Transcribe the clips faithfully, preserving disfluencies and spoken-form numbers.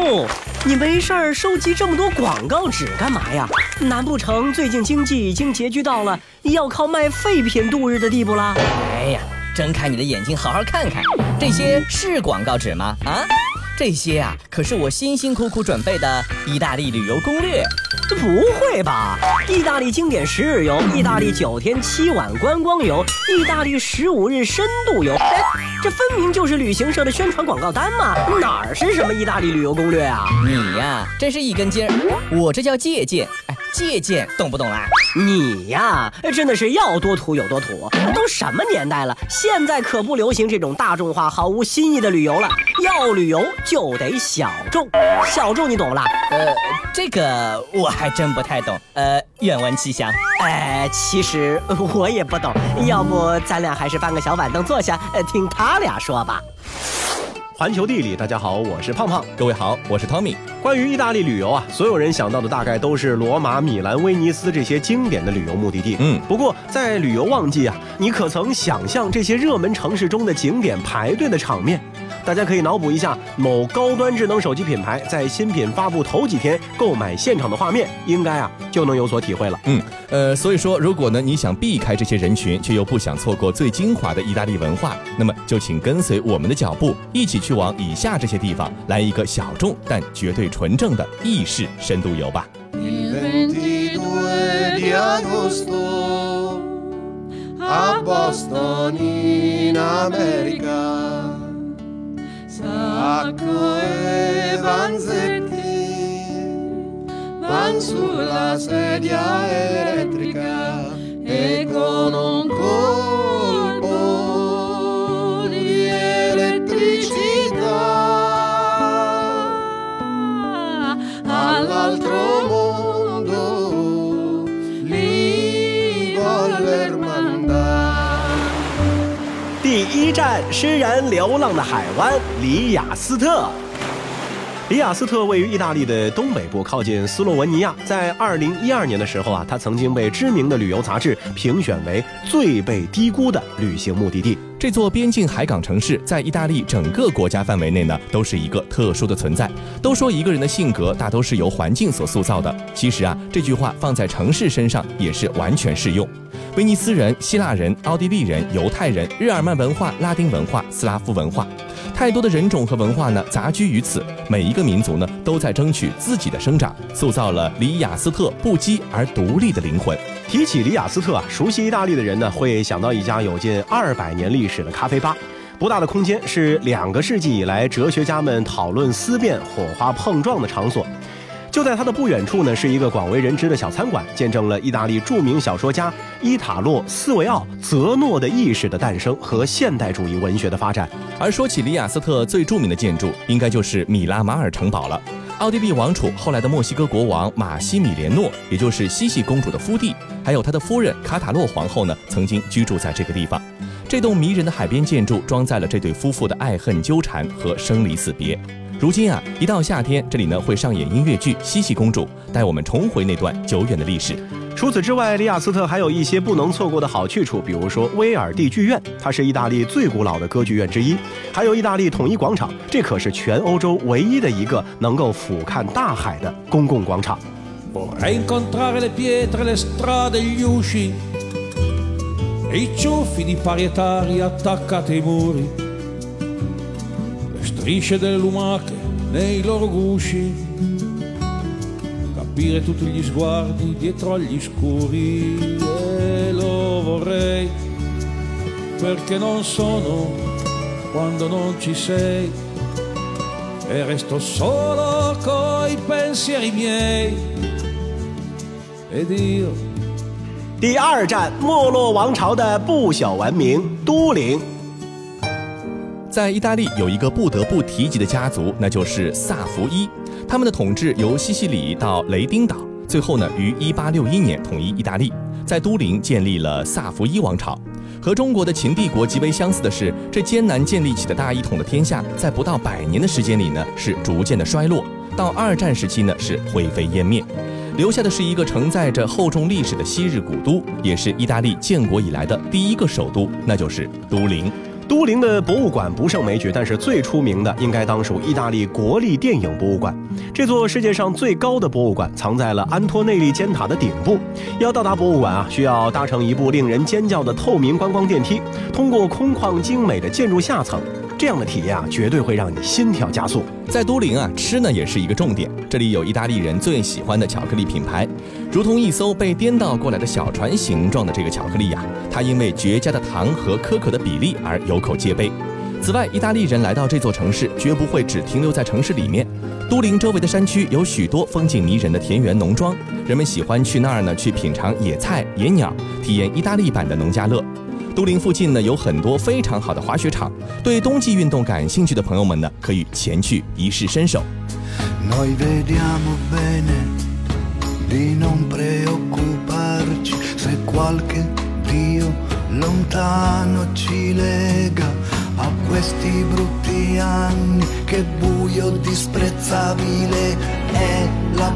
哟，你没事儿收集这么多广告纸干嘛呀？难不成最近经济已经拮据到了要靠卖废品度日的地步了？ 哎呀，睁开你的眼睛好好看看，这些是广告纸吗？啊，这些啊可是我辛辛苦苦准备的意大利旅游攻略。 不会吧？意大利经典十日游，意大利九天七晚观光游，意大利十五日深度游，哎，这分明就是旅行社的宣传广告单嘛，哪儿是什么意大利旅游攻略啊？ 你呀真是一根筋儿，我这叫借鉴，哎，借鉴懂不懂啦？ 你呀真的是要多土有多土，都什么年代了，现在可不流行这种大众化毫无新意的旅游了，要旅游就得小众，小众你懂不啦？ 呃，这个我还真不太懂，呃，愿闻其详。 哎，其实我也不懂，要不咱俩还是搬个小板凳坐下，呃，听他俩说吧。 环球地理，大家好，我是胖胖。 各位好，我是 Tommy。 关于意大利旅游啊，所有人想到的大概都是罗马、米兰、威尼斯这些经典的旅游目的地。 嗯， 不过在旅游旺季啊，你可曾想象这些热门城市中的景点排队的场面？大家可以脑补一下某高端智能手机品牌在新品发布头几天购买现场的画面，应该啊就能有所体会了。 嗯，呃，所以说，如果呢你想避开这些人群，却又不想错过最精华的意大利文化，那么就请跟随我们的脚步，一起去往以下这些地方，来一个小众但绝对纯正的意式深度游吧。 Il ventidue di agosto a Boston in America Sacco e Vanzetti van sulla sedia elettrica e con un colpo di elettricità all'altro mondo li voller mandare。 第一站，诗人流浪的海湾里雅斯特。里雅斯特位于意大利的东北部，靠近斯洛文尼亚。在二零一二年的时候啊，它曾经被知名的旅游杂志评选为最被低估的旅行目的地。 这座边境海港城市在意大利整个国家范围内呢，都是一个特殊的存在。都说一个人的性格大都是由环境所塑造的，其实啊，这句话放在城市身上也是完全适用。威尼斯人、希腊人、奥地利人、犹太人、日耳曼文化、拉丁文化、斯拉夫文化，太多的人种和文化呢杂居于此，每一个民族呢都在争取自己的生长，塑造了里雅斯特不羁而独立的灵魂。 提起里雅斯特啊，熟悉意大利的人呢会想到一家有近二百年历史的咖啡吧。不大的空间是两个世纪以来哲学家们讨论思辨、火花碰撞的场所。就在它的不远处呢，是一个广为人知的小餐馆，见证了意大利著名小说家伊塔洛·斯维奥·泽诺的意识的诞生和现代主义文学的发展。 而说起里雅斯特最著名的建筑，应该就是米拉马尔城堡了。奥地利王储后来的墨西哥国王马西米连诺，也就是西西公主的夫弟，还有他的夫人卡塔洛皇后呢，曾经居住在这个地方。这栋迷人的海边建筑装载了这对夫妇的爱恨纠缠和生离死别。如今啊，一到夏天，这里呢会上演音乐剧《西西公主》，带我们重回那段久远的历史。 除此之外，里雅斯特还有一些不能错过的好去处，比如说威尔第剧院，它是意大利最古老的歌剧院之一；还有意大利统一广场，这可是全欧洲唯一的一个能够俯瞰大海的公共广场。 Vorrei incontrare le pietre, le strade, gli usci e i ciuffi di parietari attaccati ai muri, le strisce delle lumache nei loro gusci, capire tutti gli sguardi dietro agli scuri, e lo vorrei perché non sono quando non ci sei e resto solo coi pensieri miei.Ed io 第二站，没落王朝的不朽文明都灵。 在意大利有一个不得不提及的家族，那就是萨伏伊。他们的统治由西西里到雷丁岛，最后呢于一八六一年统一意大利，在都灵建立了萨伏伊王朝。和中国的秦帝国极为相似的是，这艰难建立起的大一统的天下，在不到百年的时间里呢，是逐渐的衰落，到二战时期呢是灰飞烟灭。留下的是一个承载着厚重历史的昔日古都，也是意大利建国以来的第一个首都，那就是都灵。 都灵的博物馆不胜枚举，但是最出名的应该当属意大利国立电影博物馆。这座世界上最高的博物馆藏在了安托内利尖塔的顶部。要到达博物馆啊，需要搭乘一部令人尖叫的透明观光电梯，通过空旷精美的建筑下层。这样的体验啊，绝对会让你心跳加速。 在都灵啊，吃呢也是一个重点。这里有意大利人最喜欢的巧克力品牌，如同一艘被颠倒过来的小船形状的这个巧克力呀、啊，它因为绝佳的糖和可可的比例而有口皆碑。此外，意大利人来到这座城市，绝不会只停留在城市里面。都灵周围的山区有许多风景迷人的田园农庄，人们喜欢去那儿呢，去品尝野菜、野鸟，体验意大利版的农家乐。都灵附近呢有很多非常好的滑雪场，对冬季运动感兴趣的朋友们呢，可以前去一试身手。 Noi vediamo bene di non preoccuparci se qualche Dio lontano ci lega a questi brutti anni, che buio disprezzabile è la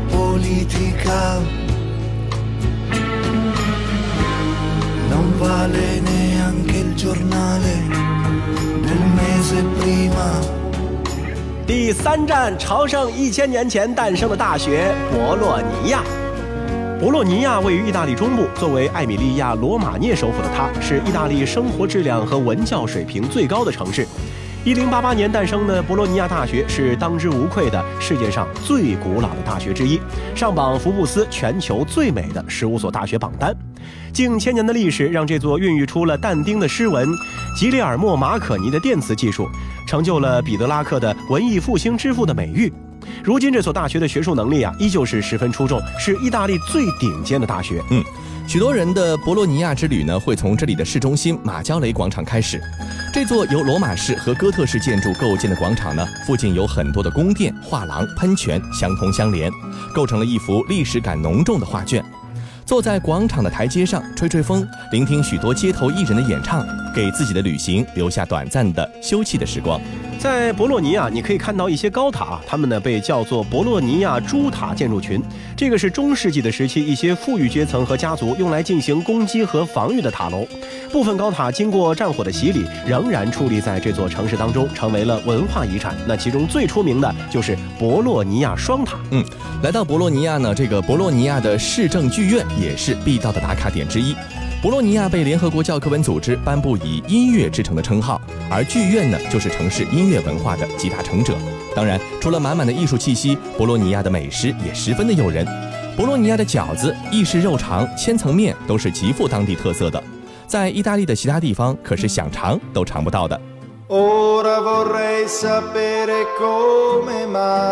politica.Non vale neanche il giornale del mese prima。 第三站，朝圣一千年前诞生的大学博洛尼亚。博洛尼亚位于意大利中部，作为艾米利亚罗马涅首府的它，是意大利生活质量和文教水平最高的城市。一零八八年诞生的博洛尼亚大学是当之无愧的世界上最古老的大学之一，上榜福布斯全球最美的十五所大学榜单。近千年的历史让这座孕育出了但丁的诗文、吉列尔莫·马可尼的电磁技术，成就了彼得拉克的文艺复兴之父的美誉。如今这所大学的学术能力啊，依旧是十分出众，是意大利最顶尖的大学。 嗯，许多人的博洛尼亚之旅呢，会从这里的市中心马焦雷广场开始。这座由罗马式和哥特式建筑构建的广场呢，附近有很多的宫殿、画廊、喷泉相通相连，构成了一幅历史感浓重的画卷。坐在广场的台阶上吹吹风，聆听许多街头艺人的演唱，给自己的旅行留下短暂的休憩的时光。 在博洛尼亚，你可以看到一些高塔，它们呢被叫做博洛尼亚朱塔建筑群。这个是中世纪的时期一些富裕阶层和家族用来进行攻击和防御的塔楼。部分高塔经过战火的洗礼，仍然矗立在这座城市当中，成为了文化遗产。那其中最出名的就是博洛尼亚双塔。 嗯，来到博洛尼亚呢，这个博洛尼亚的市政剧院也是必到的打卡点之一。博洛尼亚被联合国教科文组织颁布以音乐之城的称号，而剧院呢，就是城市音乐文化的集大成者。当然，除了满满的艺术气息，博洛尼亚的美食也十分的诱人。博洛尼亚的饺子、意式肉肠、千层面都是极富当地特色的，在意大利的其他地方可是想尝都尝不到的。 Ora vorrei sapere come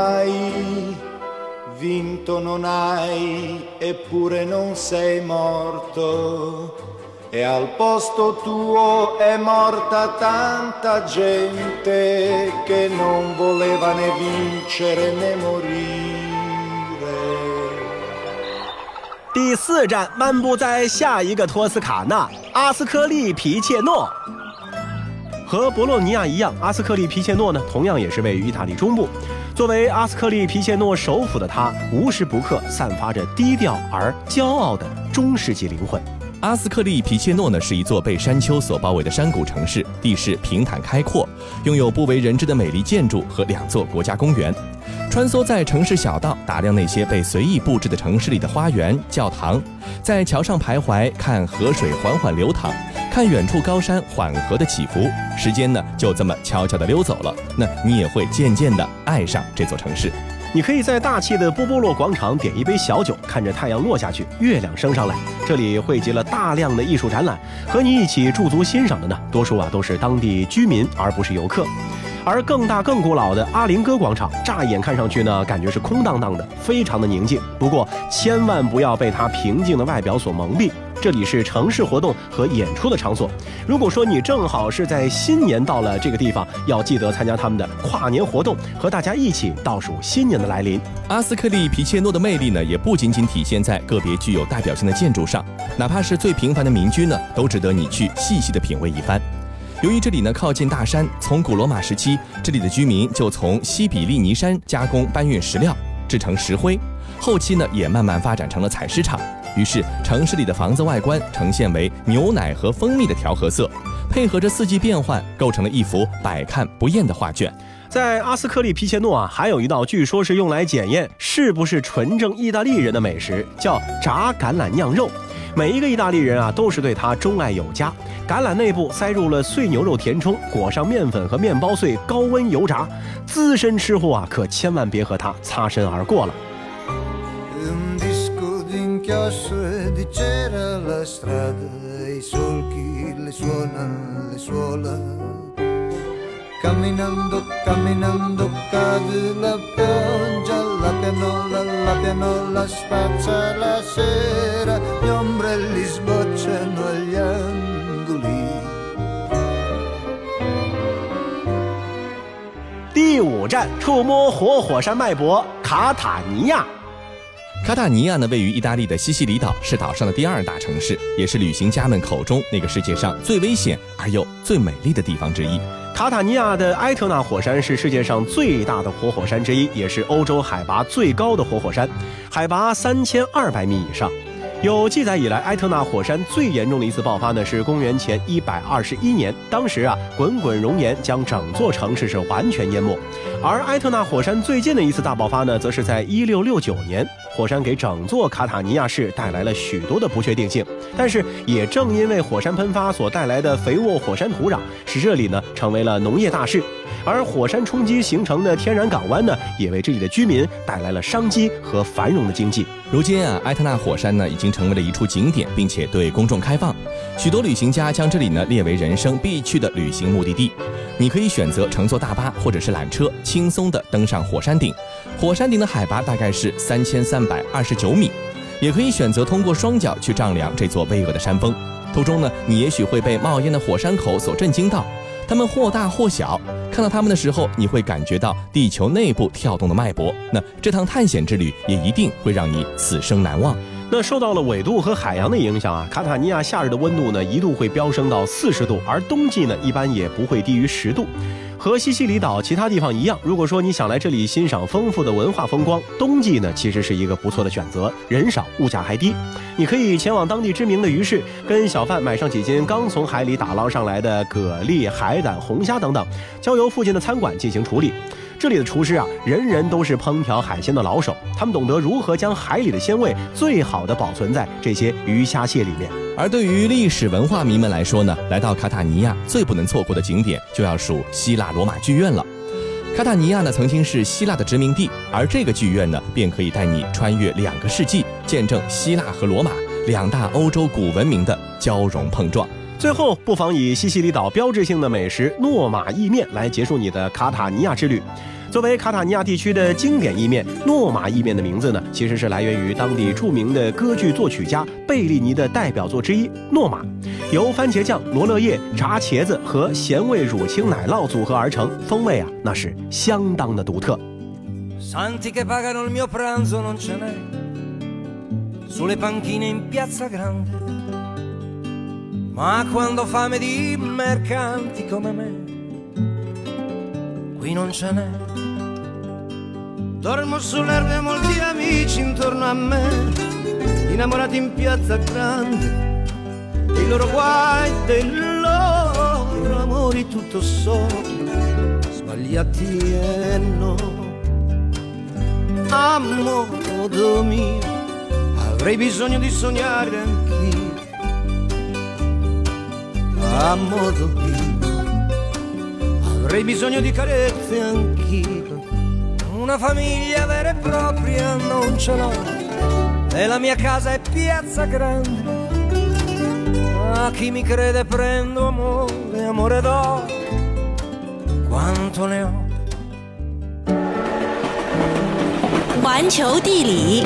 mai.Vinto non hai, eppure non sei morto, e al posto tuo è morta tanta gente che non voleva né vincere né morire。 第四站，漫步在下一个托斯卡纳，阿斯科利皮切诺。和博洛尼亚一样，阿斯克利皮切诺呢，同样也是位于意大利中部。作为阿斯克利皮切诺首府的它，无时不刻散发着低调而骄傲的中世纪灵魂。 阿斯克利皮切诺呢，是一座被山丘所包围的山谷城市，地势平坦开阔，拥有不为人知的美丽建筑和两座国家公园。穿梭在城市小道，打量那些被随意布置的城市里的花园、教堂，在桥上徘徊，看河水缓缓流淌，看远处高山缓和的起伏，时间呢就这么悄悄地溜走了。那你也会渐渐地爱上这座城市。 你可以在大气的波波洛广场点一杯小酒，看着太阳落下去，月亮升上来。这里汇集了大量的艺术展览，和你一起驻足欣赏的呢，多数啊都是当地居民，而不是游客。而更大更古老的阿林戈广场，乍一眼看上去呢，感觉是空荡荡的，非常的宁静。不过千万不要被它平静的外表所蒙蔽，这里是城市活动和演出的场所。如果说你正好是在新年到了这个地方，要记得参加他们的跨年活动，和大家一起倒数新年的来临。 阿斯克利皮切诺的魅力呢，也不仅仅体现在个别具有代表性的建筑上，哪怕是最平凡的民居呢，都值得你去细细的品味一番。由于这里呢靠近大山，从古罗马时期，这里的居民就从西比利尼山加工搬运石料，制成石灰。后期呢也慢慢发展成了采石场，于是城市里的房子外观呈现为牛奶和蜂蜜的调和色，配配合着四季变换，构成了一幅百看不厌的画卷。 在阿斯克利皮切诺啊，还有一道据说是用来检验是不是纯正意大利人的美食，叫炸橄榄酿肉。每一个意大利人啊，都是对它钟爱有加。橄榄内部塞入了碎牛肉填充，裹上面粉和面包碎，高温油炸。资深吃货啊，可千万别和它擦身而过了。 Camminando, camminando cade la pioggia, la pianola, la pianola spazza la sera, gli ombrelli sbocciano agli angoli。 第五站，触摸活火山脉搏，卡塔尼亚。 卡塔尼亚呢，位于意大利的西西里岛，是岛上的第二大城市，也是旅行家们口中那个世界上最危险而又最美丽的地方之一。 卡塔尼亚的埃特纳火山是世界上最大的活火山之一，也是欧洲海拔最高的活火山，海拔三千二百米以上。有记载以来，埃特纳火山最严重的一次爆发呢，是公元前一百二十一年，当时啊，滚滚熔岩将整座城市是完全淹没。而埃特纳火山最近的一次大爆发呢，则是在一六六九年，火山给整座卡塔尼亚市带来了许多的不确定性。但是也正因为火山喷发所带来的肥沃火山土壤，使这里呢成为了农业大市。而火山冲击形成的天然港湾呢，也为这里的居民带来了商机和繁荣的经济。 如今啊，埃特纳火山呢已经成为了一处景点，并且对公众开放。许多旅行家将这里呢列为人生必去的旅行目的地。你可以选择乘坐大巴或者是缆车，轻松地登上火山顶。火山顶的海拔大概是三千三百二十九米。也可以选择通过双脚去丈量这座巍峨的山峰。途中呢，你也许会被冒烟的火山口所震惊到，它们或大或小。看到它们的时候，你会感觉到地球内部跳动的脉搏。那这趟探险之旅也一定会让你此生难忘。 那受到了纬度和海洋的影响啊，卡塔尼亚夏日的温度呢一度会飙升到四十度，而冬季呢一般也不会低于十度。和西西里岛其他地方一样，如果说你想来这里欣赏丰富的文化风光，冬季呢其实是一个不错的选择，人少物价还低。你可以前往当地知名的鱼市，跟小贩买上几斤刚从海里打捞上来的蛤蜊、海胆、红虾等等，交由附近的餐馆进行处理。这里的厨师啊，人人都是烹调海鲜的老手，他们懂得如何将海里的鲜味最好的保存在这些鱼虾蟹里面。 而对于历史文化迷们来说呢，来到卡塔尼亚最不能错过的景点就要数希腊罗马剧院了。卡塔尼亚呢曾经是希腊的殖民地，而这个剧院呢便可以带你穿越两个世纪，见证希腊和罗马两大欧洲古文明的交融碰撞。 最后不妨以西西里岛标志性的美食诺马意面来结束你的卡塔尼亚之旅。作为卡塔尼亚地区的经典意面，诺马意面的名字呢，其实是来源于当地著名的歌剧作曲家贝利尼的代表作之一《诺马》，由番茄酱、罗勒叶、炸茄子和咸味乳清奶酪组合而成，风味啊那是相当的独特。 Santi che pagano il mio pranzo non ce n'è sulle panchine in piazza grande, ma quando ho fame di mercanti come me qui non ce n'è. Dormo sull'erba e molti amici intorno a me, innamorati in piazza grande, dei loro guai, dei loro amori tutto so, sbagliati e no. A modo mio avrei bisogno di sognare anch'io, a modo mio avrei bisogno di carezze anch'io. Una famiglia vera e propria non ce l'ho, e la mia casa è piazza grande. A chi mi crede prendo amore, amore do, quanto ne ho. 环球地理。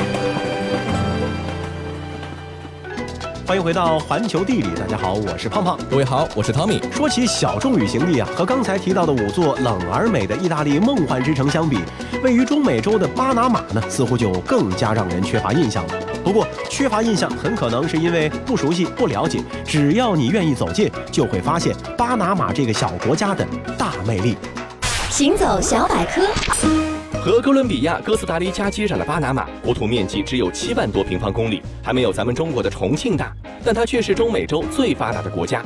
欢迎回到环球地理，大家好，我是胖胖。 各位好，我是 Tommy。 说起小众旅行地啊，和刚才提到的五座冷而美的意大利梦幻之城相比，位于中美洲的巴拿马呢，似乎就更加让人缺乏印象了。不过，缺乏印象很可能是因为不熟悉、不了解。只要你愿意走近，就会发现巴拿马这个小国家的大魅力。 行走小百科。 和哥伦比亚、哥斯达黎加接壤的巴拿马，国土面积只有七万多平方公里，还没有咱们中国的重庆大，但它却是中美洲最发达的国家。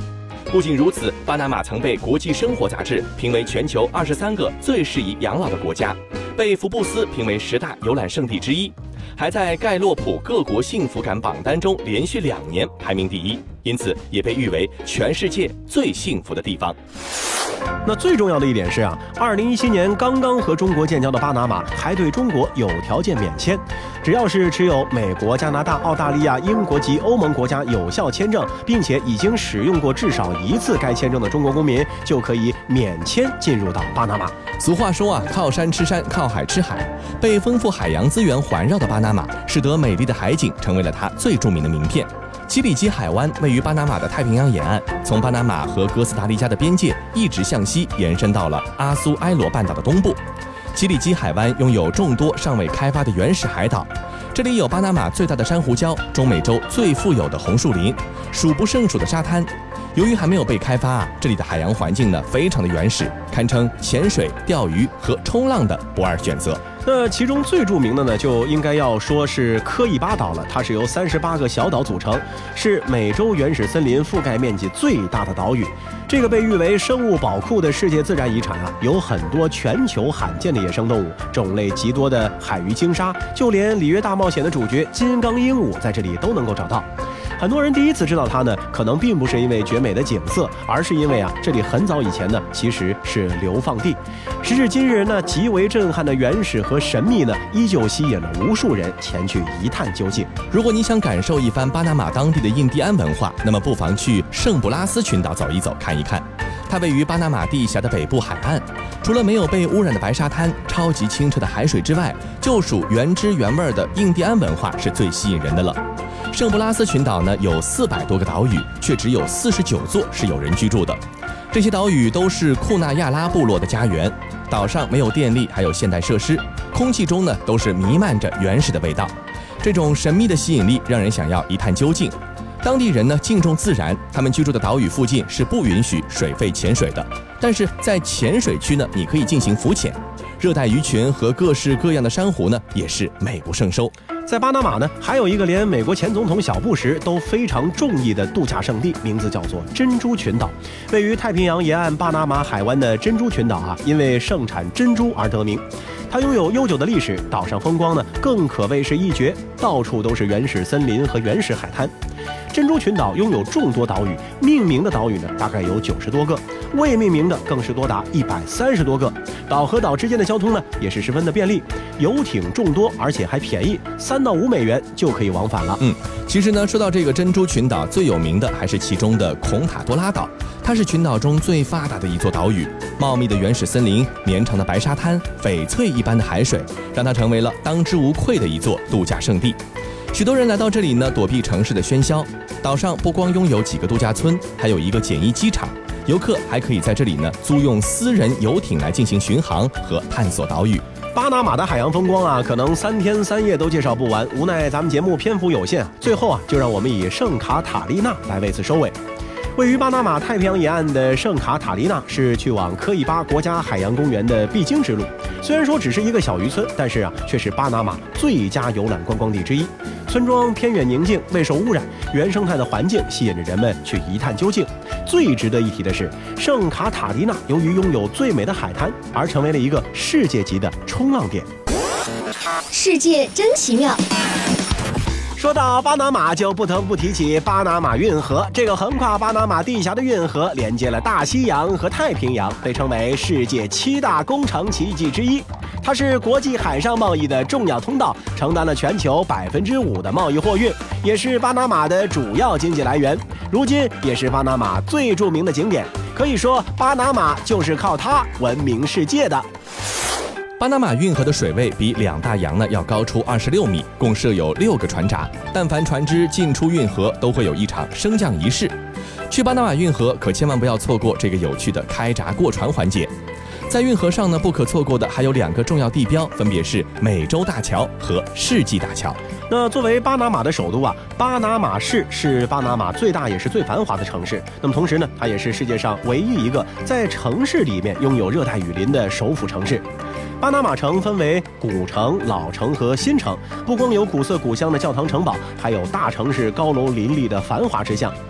不仅如此，巴拿马曾被国际生活杂志评为全球二十三个最适宜养老的国家，被福布斯评为十大游览胜地之一，还在盖洛普各国幸福感榜单中连续两年排名第一，因此也被誉为全世界最幸福的地方。 那最重要的一点是啊，二零一七年刚刚和中国建交的巴拿马还对中国有条件免签，只要是持有美国、加拿大、澳大利亚、英国及欧盟国家有效签证，并且已经使用过至少一次该签证的中国公民，就可以免签进入到巴拿马。 俗话说啊，靠山吃山，靠海吃海。被丰富海洋资源环绕的巴拿马，使得美丽的海景成为了它最著名的名片。奇里基海湾位于巴拿马的太平洋沿岸，从巴拿马和哥斯达黎加的边界一直向西延伸到了阿苏埃罗半岛的东部。奇里基海湾拥有众多尚未开发的原始海岛，这里有巴拿马最大的珊瑚礁、中美洲最富有的红树林、数不胜数的沙滩。由于还没有被开发啊，这里的海洋环境呢非常的原始，堪称潜水、钓鱼和冲浪的不二选择。 那其中最著名的呢，就应该要说是科伊巴岛了。它是由三十八个小岛组成，是美洲原始森林覆盖面积最大的岛屿。这个被誉为生物宝库的世界自然遗产啊，有很多全球罕见的野生动物，种类极多的海鱼鲸鲨，就连《里约大冒险》的主角金刚鹦鹉在这里都能够找到。很多人第一次知道它呢，可能并不是因为绝美的景色，而是因为啊，这里很早以前呢其实是流放地。时至今日呢，极为震撼的原始和神秘呢，依旧吸引了无数人前去一探究竟。 如果你想感受一番巴拿马当地的印第安文化，那么不妨去圣布拉斯群岛走一走，看一看。它位于巴拿马地峡的北部海岸，除了没有被污染的白沙滩、超级清澈的海水之外，就属原汁原味的印第安文化是最吸引人的了。圣布拉斯群岛呢有四百多个岛屿，却只有四十九座是有人居住的。这些岛屿都是库纳亚拉部落的家园，岛上没有电力，还有现代设施，空气中呢都是弥漫着原始的味道。这种神秘的吸引力让人想要一探究竟。当地人呢敬重自然，他们居住的岛屿附近是不允许水肺潜水的，但是在浅水区呢，你可以进行浮潜。热带鱼群和各式各样的珊瑚呢，也是美不胜收。 在巴拿马呢，还有一个连美国前总统小布什都非常中意的度假胜地，名字叫做珍珠群岛。位于太平洋沿岸巴拿马海湾的珍珠群岛啊，因为盛产珍珠而得名。它拥有悠久的历史，岛上风光呢更可谓是一绝，到处都是原始森林和原始海滩。珍珠群岛拥有众多岛屿，命名的岛屿呢大概有九十多个，未命名的更是多达一百三十多个。岛和岛之间的交通呢也是十分的便利，游艇众多，而且还便宜，三到五美元就可以往返了。 嗯，其实呢，说到这个珍珠群岛，最有名的还是其中的孔塔多拉岛，它是群岛中最发达的一座岛屿。茂密的原始森林、绵长的白沙滩、翡翠一般的海水，让它成为了当之无愧的一座度假胜地。许多人来到这里呢，躲避城市的喧嚣。岛上不光拥有几个度假村，还有一个简易机场。游客还可以在这里呢租用私人游艇来进行巡航和探索岛屿。 巴拿马的海洋风光啊，可能三天三夜都介绍不完，无奈咱们节目篇幅有限，最后啊，就让我们以圣卡塔丽娜来为此收尾。位于巴拿马太平洋沿岸的圣卡塔丽娜是去往科伊巴国家海洋公园的必经之路。虽然说只是一个小渔村，但是啊，却是巴拿马最佳游览观光地之一。村庄偏远宁静，未受污染，原生态的环境吸引着人们去一探究竟。最值得一提的是，圣卡塔丽娜由于拥有最美的海滩，而成为了一个世界级的冲浪点。 世界真奇妙。 说到巴拿马，就不得不提起巴拿马运河。这个横跨巴拿马地峡的运河，连接了大西洋和太平洋，被称为世界七大工程奇迹之一。它是国际海上贸易的重要通道，承担了全球百分之五的贸易货运，也是巴拿马的主要经济来源。如今也是巴拿马最著名的景点，可以说巴拿马就是靠它闻名世界的。 巴拿马运河的水位比两大洋呢要高出二十六米，共设有六个船闸。但凡船只进出运河，都会有一场升降仪式。去巴拿马运河可千万不要错过这个有趣的开闸过船环节。在运河上呢，不可错过的还有两个重要地标，分别是美洲大桥和世纪大桥。 那作为巴拿马的首都啊，巴拿马市是巴拿马最大也是最繁华的城市。那么同时呢，它也是世界上唯一一个在城市里面拥有热带雨林的首府城市。巴拿马城分为古城、老城和新城，不光有古色古香的教堂城堡，还有大城市高楼林立的繁华之巷。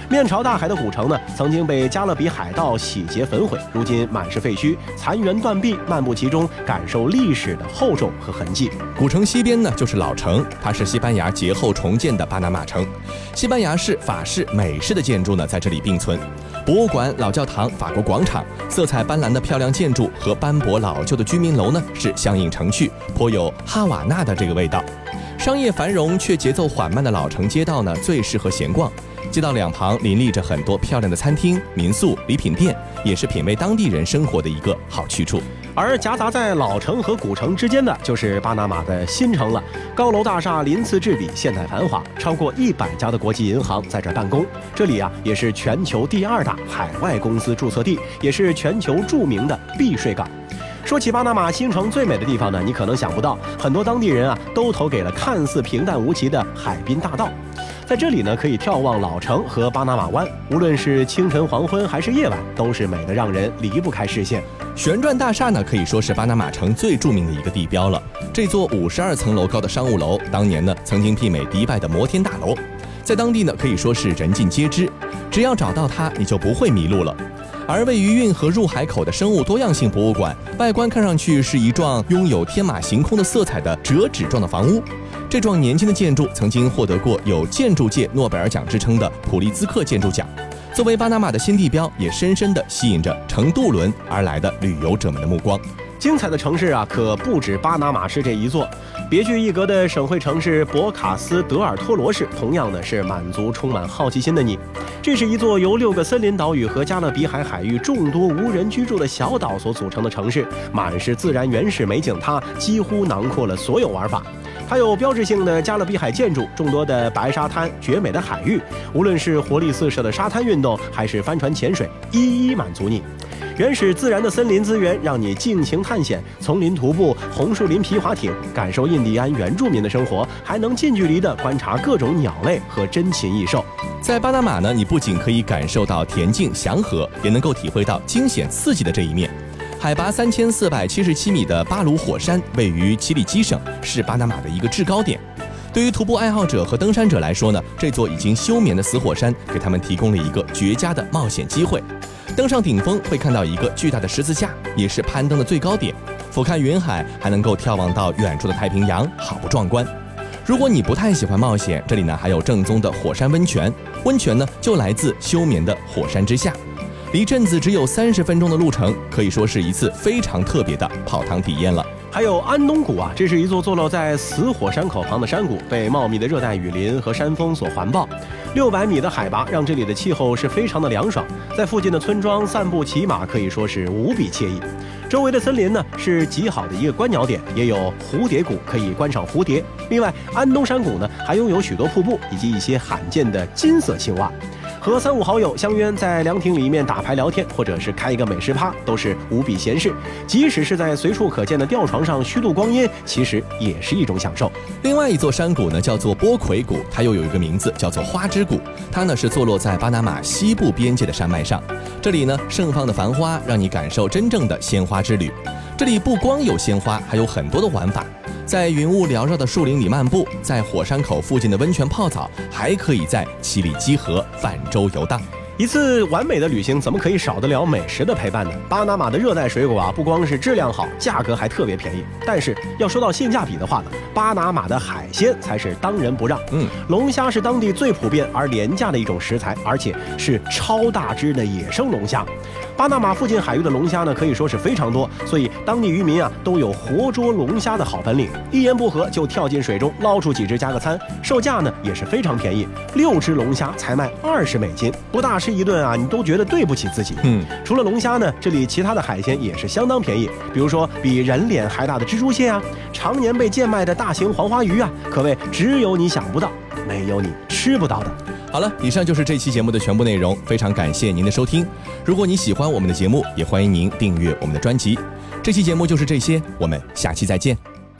面朝大海的古城呢，曾经被加勒比海盗洗劫焚毁，如今满是废墟，残垣断壁，漫步其中，感受历史的厚重和痕迹。 古城西边呢就是老城，它是西班牙劫后重建的巴拿马城。西班牙式、法式、美式的建筑呢在这里并存，博物馆、老教堂、法国广场，色彩斑斓的漂亮建筑和斑驳老旧的居民楼呢是相映成趣，颇有哈瓦那的这个味道。商业繁荣却节奏缓慢的老城街道呢最适合闲逛，街道两旁林立着很多漂亮的餐厅、民宿、礼品店，也是品味当地人生活的一个好去处。 而夹杂在老城和古城之间的就是巴拿马的新城了，高楼大厦鳞次栉比，现代繁华，超过一百家的国际银行在这儿办公。这里啊也是全球第二大海外公司注册地，也是全球著名的避税港。说起巴拿马新城最美的地方呢，你可能想不到，很多当地人啊都投给了看似平淡无奇的海滨大道。在这里呢，可以眺望老城和巴拿马湾，无论是清晨黄昏还是夜晚，都是美得让人离不开视线。 旋转大厦呢，可以说是巴拿马城最著名的一个地标了。这座五十二层楼高的商务楼，当年呢曾经媲美迪拜的摩天大楼，在当地呢可以说是人尽皆知，只要找到它，你就不会迷路了。而位于运河入海口的生物多样性博物馆，外观看上去是一幢拥有天马行空的色彩的折纸状的房屋。这幢年轻的建筑曾经获得过有建筑界诺贝尔奖之称的普利兹克建筑奖，作为巴拿马的新地标，也深深地吸引着乘渡轮而来的旅游者们的目光。 精彩的城市啊，可不止巴拿马市这一座，别具一格的省会城市博卡斯德尔托罗市，同样呢是满足充满好奇心的你。这是一座由六个森林岛屿和加勒比海海域众多无人居住的小岛所组成的城市，满是自然原始美景，它几乎囊括了所有玩法。它有标志性的加勒比海建筑，众多的白沙滩，绝美的海域，无论是活力四射的沙滩运动，还是帆船潜水，一一满足你。原始自然的森林资源让你尽情探险，丛林徒步、红树林皮划艇，感受印第安原住民的生活，还能近距离地观察各种鸟类和珍禽异兽。 在巴拿马呢，你不仅可以感受到恬静祥和，也能够体会到惊险刺激的这一面。海拔三千四百七十七米的巴鲁火山位于奇里基省，是巴拿马的一个制高点。对于徒步爱好者和登山者来说呢，这座已经休眠的死火山给他们提供了一个绝佳的冒险机会。登上顶峰会看到一个巨大的十字架，也是攀登的最高点。俯瞰云海，还能够眺望到远处的太平洋，好不壮观。如果你不太喜欢冒险，这里呢还有正宗的火山温泉，温泉呢就来自休眠的火山之下。离镇子只有三十分钟的路程，可以说是一次非常特别的泡汤体验了。 还有安东谷啊，这是一座坐落在死火山口旁的山谷，被茂密的热带雨林和山峰所环抱。六百米的海拔让这里的气候是非常的凉爽，在附近的村庄散步骑马可以说是无比惬意。周围的森林呢是极好的一个观鸟点，也有蝴蝶谷可以观赏蝴蝶。另外，安东山谷呢还拥有许多瀑布以及一些罕见的金色青蛙。和三五好友相约在凉亭里面打牌聊天，或者是开一个美食趴，都是无比闲适。即使是在随处可见的吊床上虚度光阴，其实也是一种享受。 另外一座山谷呢叫做波魁谷，它又有一个名字叫做花之谷，它呢是坐落在巴拿马西部边界的山脉上。这里呢盛放的繁花让你感受真正的鲜花之旅。这里不光有鲜花，还有很多的玩法。在云雾缭绕的树林里漫步，在火山口附近的温泉泡澡，还可以在奇里基河泛舟游荡。 一次完美的旅行怎么可以少得了美食的陪伴呢？巴拿马的热带水果啊，不光是质量好，价格还特别便宜。但是要说到性价比的话呢，巴拿马的海鲜才是当仁不让。嗯，龙虾是当地最普遍而廉价的一种食材，而且是超大只的野生龙虾。巴拿马附近海域的龙虾呢，可以说是非常多，所以当地渔民啊都有活捉龙虾的好本领，一言不合就跳进水中捞出几只加个餐，售价呢也是非常便宜，六只龙虾才卖二十美金，不大吃一顿啊，你都觉得对不起自己。嗯，除了龙虾呢，这里其他的海鲜也是相当便宜，比如说比人脸还大的蜘蛛蟹啊，常年被贱卖的大型黄花鱼啊，可谓只有你想不到，没有你吃不到的。 好了，以上就是这期节目的全部内容，非常感谢您的收听。如果你喜欢我们的节目，也欢迎您订阅我们的专辑。这期节目就是这些，我们下期再见。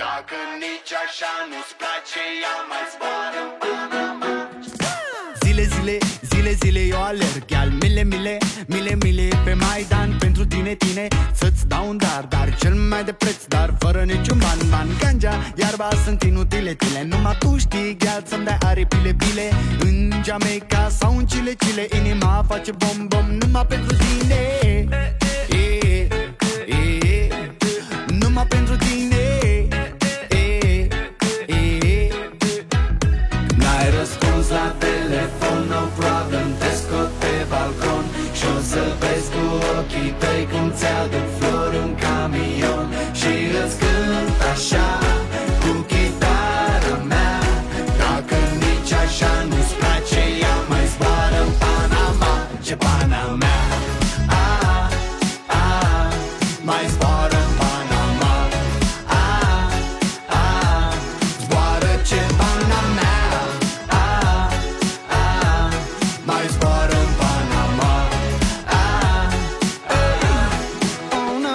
Zile, zile, zile, zile eu alerg Al mile, mile, mile, mile pe Maidan Pentru tine, tine, să-ți dau un dar Dar cel mai mai de preț, dar fără niciun ban, ban. Ganja, iarba sunt inutile, tile. Numai tu știi, gheal, să-mi dai aripile, bile. În Jamaica sau în Chile, Chile, inima face bom, bom, numai pentru tine. E, e, e, numai pentru tine. E, e, n-ai răspuns la telefon, no problem, te scot pe balcon și o să vezi cu ochii tăi cum ți-aduc flori în camion și îți cânt așa cu chitara mea. Dacă nici așa nu-ți place, ea mai zboară în Panama, ce pana mea. Ah, ah, mai zboară în Panama. Ah, ah, zboară ce pana mea. Ah, ah, mai zboară în Panama. Ah, ah, oh no.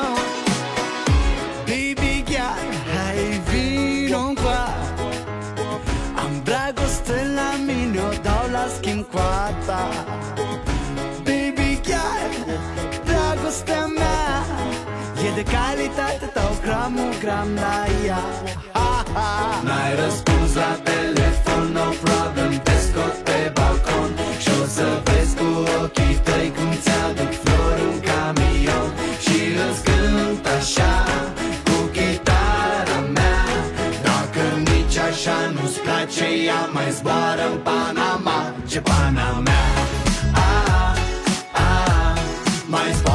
Baby girl, hai vino-ncoa. Am dragoste la mine, o dau la schimb cu a ta. Baby girl, dragostea mea e de calitate, dau gramul gram la ea. N-ai răspuns la telefon, no problem, te scot pe balcon și o să vezi cu ochii tăi cum ți-aduc flori în camion și îți cânt așa cu chitara mea. Dacă nici așa nu-ți place, ea mai zboară în Panama, ce pana mea. Ah, ah, mai zboară